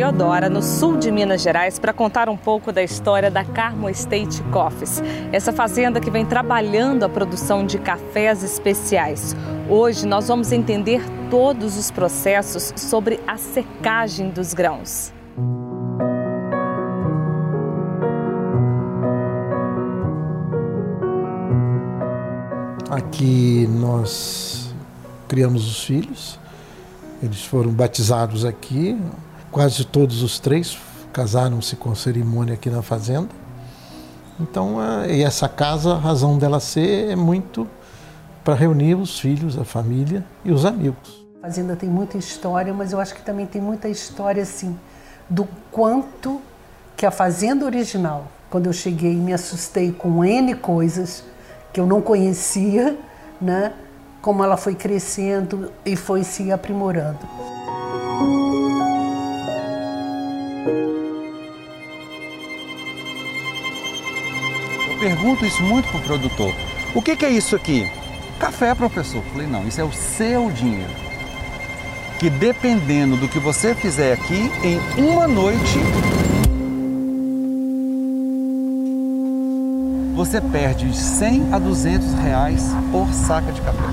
Teodora, no sul de Minas Gerais, para contar um pouco da história da Carmo Estate Coffees. Essa fazenda que vem trabalhando a produção de cafés especiais. Hoje nós vamos entender todos os processos sobre a secagem dos grãos. Aqui nós criamos os filhos, eles foram batizados aqui, quase todos os três casaram-se com cerimônia aqui na fazenda. Então, e essa casa, a razão dela ser é muito para reunir os filhos, a família e os amigos. A fazenda tem muita história, mas eu acho que também tem muita história assim, do quanto que a fazenda original, quando eu cheguei me assustei com N coisas que eu não conhecia, né? Como ela foi crescendo e foi se aprimorando. Eu pergunto isso muito para o produtor. O que é isso aqui? Café, professor. Eu falei, não, isso é o seu dinheiro. Que dependendo do que você fizer aqui, em uma noite, você perde de 100 a 200 reais por saca de café.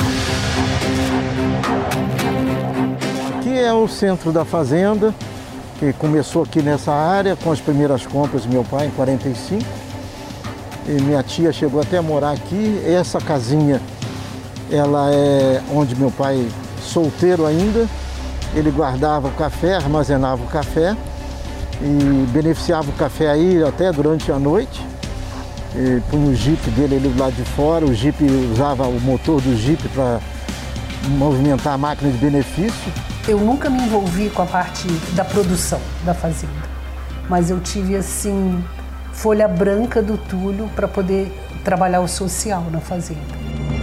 Aqui é o centro da fazenda, que começou aqui nessa área com as primeiras compras do meu pai em 45. E minha tia chegou até a morar aqui. Essa casinha, ela é onde meu pai, solteiro ainda, ele guardava o café, armazenava o café e beneficiava o café aí até durante a noite. E punha o jipe dele ali do lado de fora, o jipe usava o motor do jipe para movimentar a máquina de benefício. Eu nunca me envolvi com a parte da produção da fazenda, mas eu tive assim folha branca do Túlio para poder trabalhar o social na fazenda.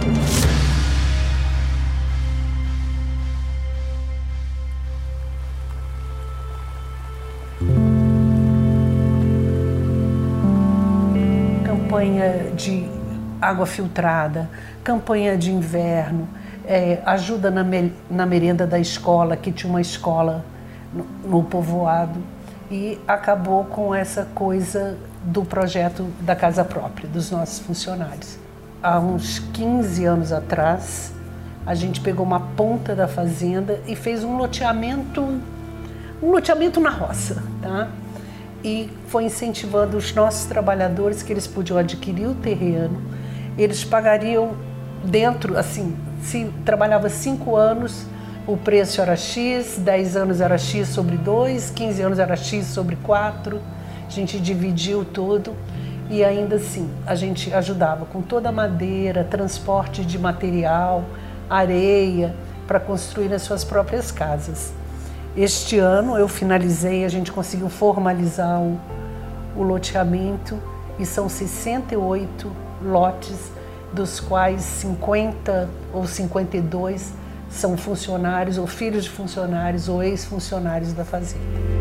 Campanha de água filtrada, campanha de inverno, ajuda na merenda da escola, que tinha uma escola no povoado, e acabou com essa coisa do projeto da casa própria, dos nossos funcionários. Há uns 15 anos atrás, a gente pegou uma ponta da fazenda e fez um loteamento na roça, tá? E foi incentivando os nossos trabalhadores que eles podiam adquirir o terreno, eles pagariam dentro, assim, se trabalhava 5 anos, o preço era X, 10 anos era X sobre 2, 15 anos era X sobre 4, a gente dividiu tudo e ainda assim a gente ajudava com toda a madeira, transporte de material, areia, para construir as suas próprias casas. Este ano eu finalizei, a gente conseguiu formalizar o loteamento e são 68 lotes, dos quais 50 ou 52 são funcionários ou filhos de funcionários ou ex-funcionários da fazenda.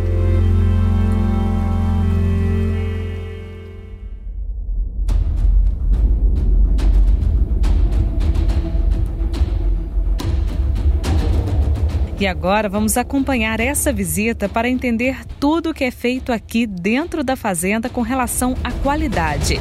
E agora vamos acompanhar essa visita para entender tudo o que é feito aqui dentro da fazenda com relação à qualidade.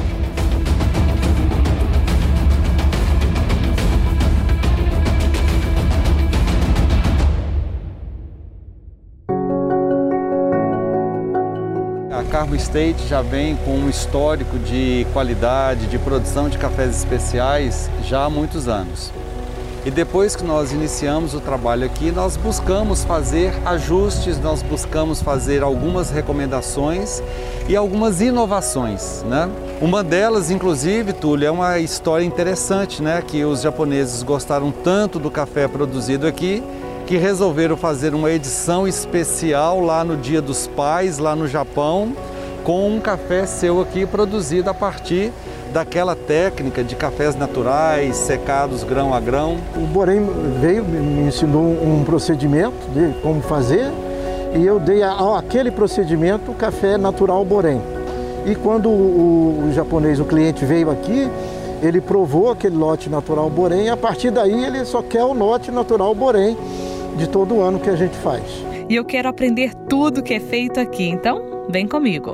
A Carmo Estate já vem com um histórico de qualidade, de produção de cafés especiais já há muitos anos. E depois que nós iniciamos o trabalho aqui, nós buscamos fazer ajustes, nós buscamos fazer algumas recomendações e algumas inovações, né? Uma delas, inclusive, Túlio, é uma história interessante, né? Que os japoneses gostaram tanto do café produzido aqui, que resolveram fazer uma edição especial lá no Dia dos Pais, lá no Japão, com um café seu aqui produzido a partir daquela técnica de cafés naturais, secados grão a grão. O Borém veio, me ensinou um procedimento de como fazer e eu dei aquele procedimento, o café natural Borém. E quando o japonês, o cliente veio aqui, ele provou aquele lote natural Borém e a partir daí ele só quer o lote natural Borém de todo ano que a gente faz. e eu quero aprender tudo que é feito aqui, então vem comigo.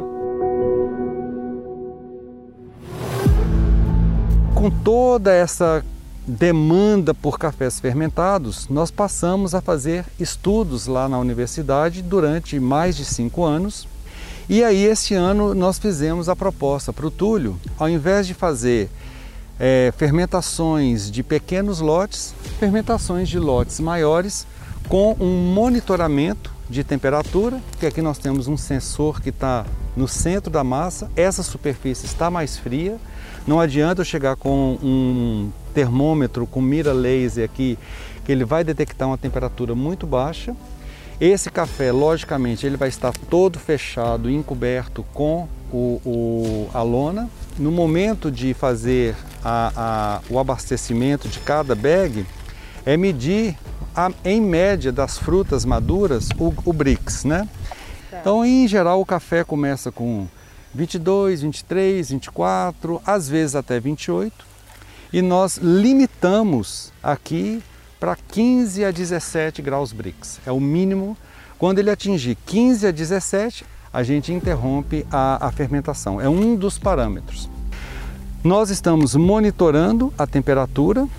Com toda essa demanda por cafés fermentados, nós passamos a fazer estudos lá na universidade durante mais de 5 anos. E aí, esse ano, nós fizemos a proposta para o Túlio, ao invés de fazer fermentações de pequenos lotes, fermentações de lotes maiores, com um monitoramento de temperatura, que aqui nós temos um sensor que está no centro da massa, essa superfície está mais fria, não adianta eu chegar com um termômetro com mira laser aqui, que ele vai detectar uma temperatura muito baixa. Esse café, logicamente, ele vai estar todo fechado, encoberto com a lona. No momento de fazer o abastecimento de cada bag, é medir, em média, das frutas maduras, o Brix, né? Então, em geral, o café começa com 22, 23, 24, às vezes até 28. E nós limitamos aqui para 15 a 17 graus Brix. É o mínimo. Quando ele atingir 15 a 17, a gente interrompe a fermentação. É um dos parâmetros. Nós estamos monitorando a temperatura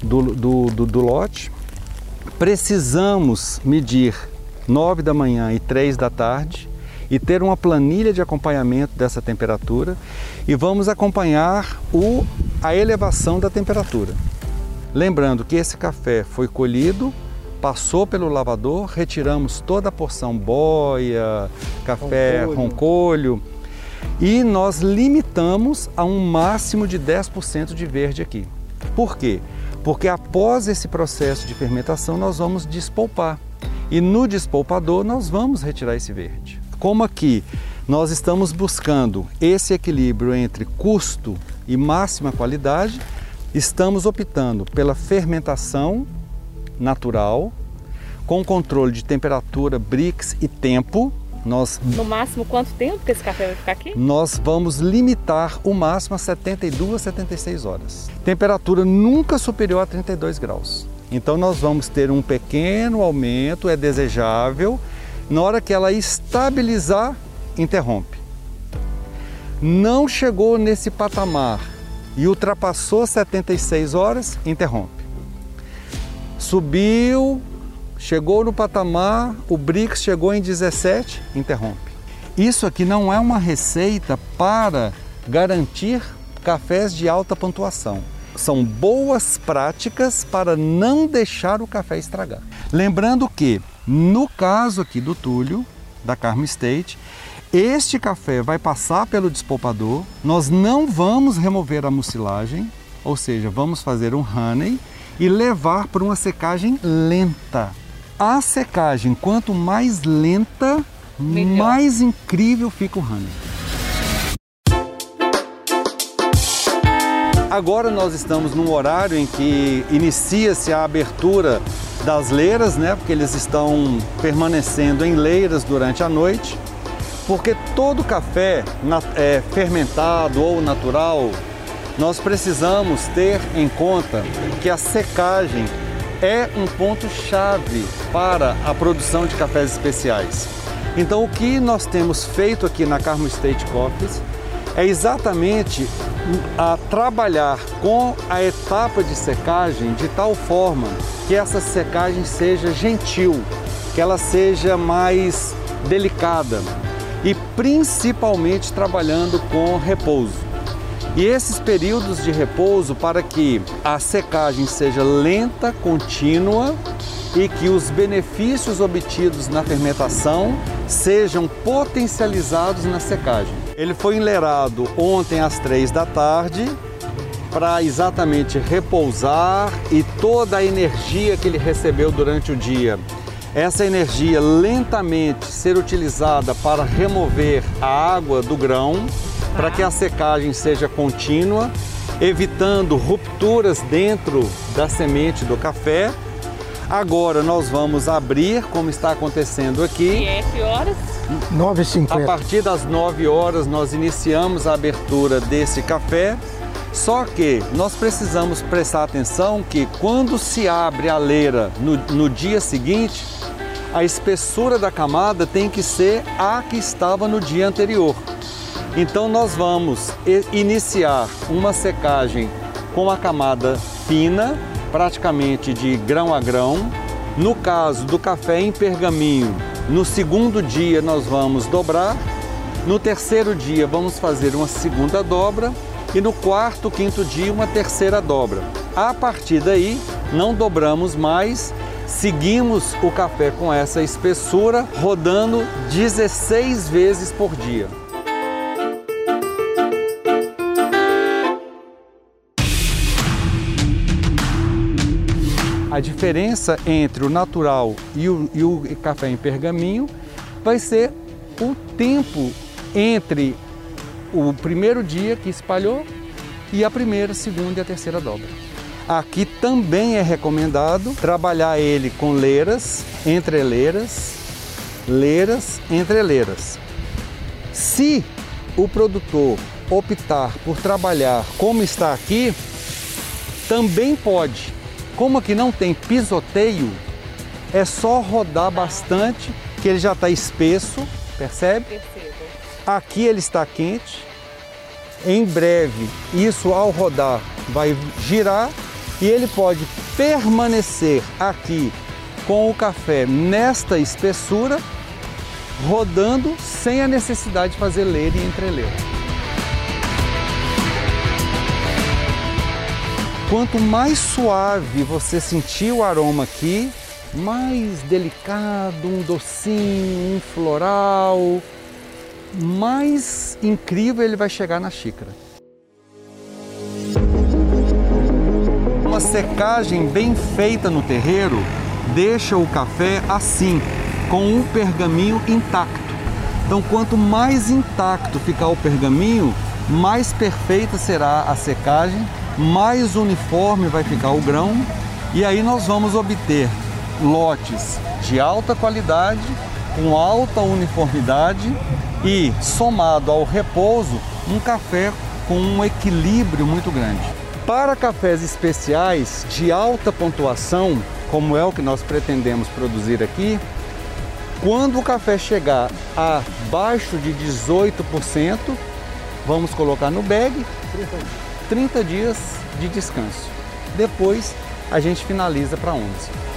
do lote. Precisamos medir 9 da manhã e 3 da tarde e ter uma planilha de acompanhamento dessa temperatura, e vamos acompanhar a elevação da temperatura. Lembrando que esse café foi colhido, passou pelo lavador, retiramos toda a porção boia, café, roncolho, e nós limitamos a um máximo de 10% de verde aqui. Por quê? Porque após esse processo de fermentação nós vamos despolpar, e no despolpador nós vamos retirar esse verde. Como aqui nós estamos buscando esse equilíbrio entre custo e máxima qualidade, estamos optando pela fermentação natural, com controle de temperatura, Brix e tempo. No máximo, quanto tempo que esse café vai ficar aqui? Nós vamos limitar o máximo a 72, 76 horas. Temperatura nunca superior a 32 graus. Então nós vamos ter um pequeno aumento, é desejável. Na hora que ela estabilizar, interrompe. Não chegou nesse patamar e ultrapassou 76 horas, interrompe. Subiu, chegou no patamar, o Brix chegou em 17, interrompe. Isso aqui não é uma receita para garantir cafés de alta pontuação. São boas práticas para não deixar o café estragar. Lembrando que, no caso aqui do Túlio, da Carmo Estate, este café vai passar pelo despolpador, nós não vamos remover a mucilagem, ou seja, vamos fazer um honey e levar para uma secagem lenta. A secagem, quanto mais lenta, melhor. Mais incrível fica o honey. Agora nós estamos num horário em que inicia-se a abertura das leiras, né? Porque eles estão permanecendo em leiras durante a noite, porque todo café fermentado ou natural, nós precisamos ter em conta que a secagem é um ponto-chave para a produção de cafés especiais. Então, o que nós temos feito aqui na Carmo Estate Coffees é exatamente a trabalhar com a etapa de secagem de tal forma que essa secagem seja gentil, que ela seja mais delicada e principalmente trabalhando com repouso. E esses períodos de repouso para que a secagem seja lenta, contínua e que os benefícios obtidos na fermentação sejam potencializados na secagem. Ele foi enleirado ontem às 3 da tarde para exatamente repousar e toda a energia que ele recebeu durante o dia, essa energia lentamente ser utilizada para remover a água do grão, para que a secagem seja contínua, evitando rupturas dentro da semente do café. Agora nós vamos abrir, como está acontecendo aqui. E é que horas? 9h50. A partir das 9 horas nós iniciamos a abertura desse café. Só que nós precisamos prestar atenção que quando se abre a leira no dia seguinte, a espessura da camada tem que ser a que estava no dia anterior. Então nós vamos iniciar uma secagem com a camada fina, praticamente de grão a grão. No caso do café em pergaminho, no segundo dia nós vamos dobrar, no terceiro dia vamos fazer uma segunda dobra e no quarto, quinto dia uma terceira dobra. A partir daí não dobramos mais, seguimos o café com essa espessura, rodando 16 vezes por dia. A diferença entre o natural e o café em pergaminho vai ser o tempo entre o primeiro dia que espalhou e a primeira, segunda e a terceira dobra. Aqui também é recomendado trabalhar ele com leiras, entreleiras, leiras, entreleiras. Se o produtor optar por trabalhar como está aqui, também pode. Como aqui não tem pisoteio, é só rodar bastante, que ele já está espesso, percebe? Percebo. Aqui ele está quente. Em breve, isso ao rodar vai girar e ele pode permanecer aqui com o café nesta espessura, rodando sem a necessidade de fazer leira e entreleira. Quanto mais suave você sentir o aroma aqui, mais delicado, um docinho, um floral, mais incrível ele vai chegar na xícara. Uma secagem bem feita no terreiro deixa o café assim, com um pergaminho intacto. Então, quanto mais intacto ficar o pergaminho, mais perfeita será a secagem, mais uniforme vai ficar o grão e aí nós vamos obter lotes de alta qualidade, com alta uniformidade e, somado ao repouso, um café com um equilíbrio muito grande. Para cafés especiais de alta pontuação, como é o que nós pretendemos produzir aqui, quando o café chegar abaixo de 18%, vamos colocar no bag, 30 dias de descanso. Depois a gente finaliza para 11.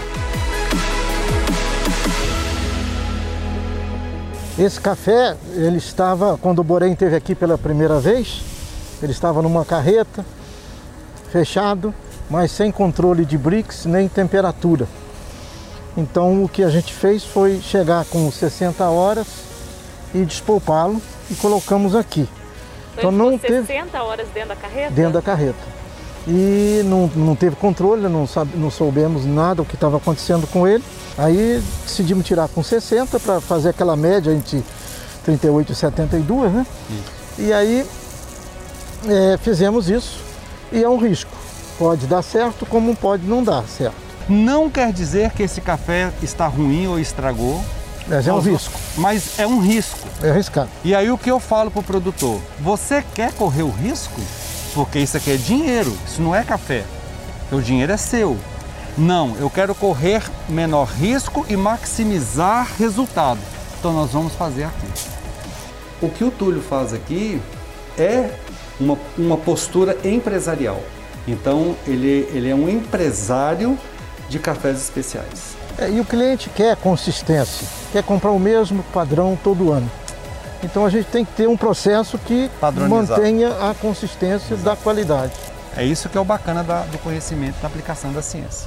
Esse café, ele estava, quando o Borém esteve aqui pela primeira vez, ele estava numa carreta, fechado, mas sem controle de brix nem temperatura. Então o que a gente fez foi chegar com 60 horas e despolpá-lo e colocamos aqui. Então não teve 60 horas dentro da carreta? Dentro da carreta. E não teve controle, não soubemos nada o que estava acontecendo com ele. Aí decidimos tirar com 60 para fazer aquela média entre 38 e 72, né? E aí fizemos isso e é um risco. Pode dar certo como pode não dar certo. Não quer dizer que esse café está ruim ou estragou. Mas é um risco. Mas é um risco. É arriscado. E aí o que eu falo para o produtor? Você quer correr o risco? Porque isso aqui é dinheiro, isso não é café. O dinheiro é seu. Não, eu quero correr menor risco e maximizar resultado. Então nós vamos fazer aqui. O que o Túlio faz aqui é uma postura empresarial. Então ele é um empresário de cafés especiais. E o cliente quer consistência, quer comprar o mesmo padrão todo ano. Então a gente tem que ter um processo que mantenha a consistência da qualidade. É isso que é o bacana do conhecimento, da aplicação da ciência.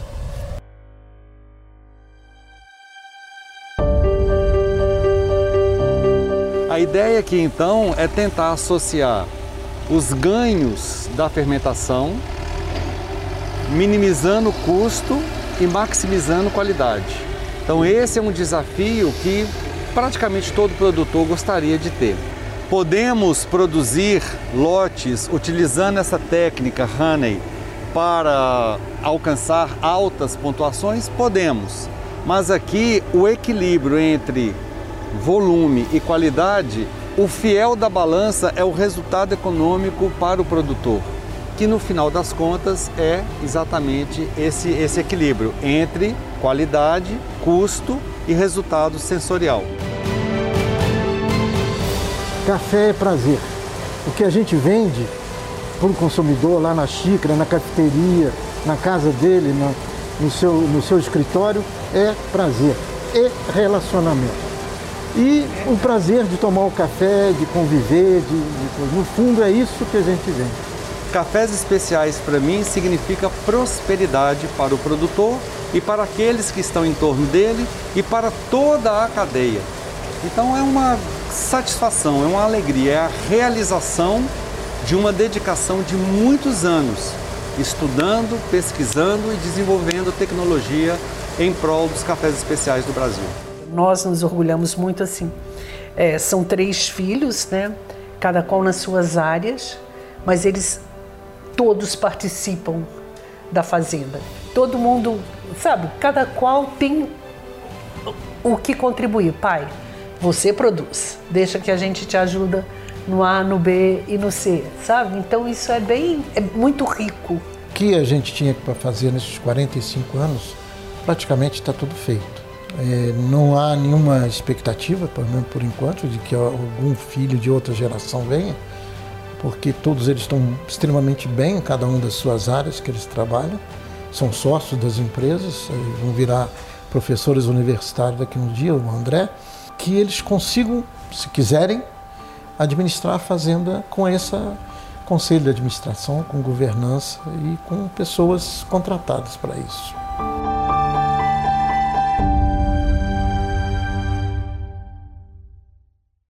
A ideia aqui então é tentar associar os ganhos da fermentação, minimizando o custo e maximizando qualidade. Então esse é um desafio que praticamente todo produtor gostaria de ter. Podemos produzir lotes utilizando essa técnica Honey para alcançar altas pontuações? Podemos, mas aqui o equilíbrio entre volume e qualidade, o fiel da balança é o resultado econômico para o produtor, que no final das contas é exatamente esse equilíbrio entre qualidade, custo e resultado sensorial. Café é prazer. O que a gente vende para o consumidor lá na xícara, na cafeteria, na casa dele, no seu escritório, é prazer, é relacionamento. E o prazer de tomar o café, de conviver, no fundo é isso que a gente vende. Cafés especiais para mim significa prosperidade para o produtor e para aqueles que estão em torno dele e para toda a cadeia. Então é uma satisfação, é uma alegria, é a realização de uma dedicação de muitos anos, estudando, pesquisando e desenvolvendo tecnologia em prol dos cafés especiais do Brasil. Nós nos orgulhamos muito assim. São 3 filhos, né? Cada qual nas suas áreas, mas eles todos participam da fazenda. Todo mundo, sabe, cada qual tem o que contribuir. Pai, você produz, deixa que a gente te ajuda no A, no B e no C, sabe? Então isso é muito rico. O que a gente tinha para fazer nesses 45 anos, praticamente está tudo feito. Não há nenhuma expectativa, pelo menos por enquanto, de que algum filho de outra geração venha, porque todos eles estão extremamente bem em cada uma das suas áreas que eles trabalham, são sócios das empresas, vão virar professores universitários daqui a um dia, o André, que eles consigam, se quiserem, administrar a fazenda com esse conselho de administração, com governança e com pessoas contratadas para isso.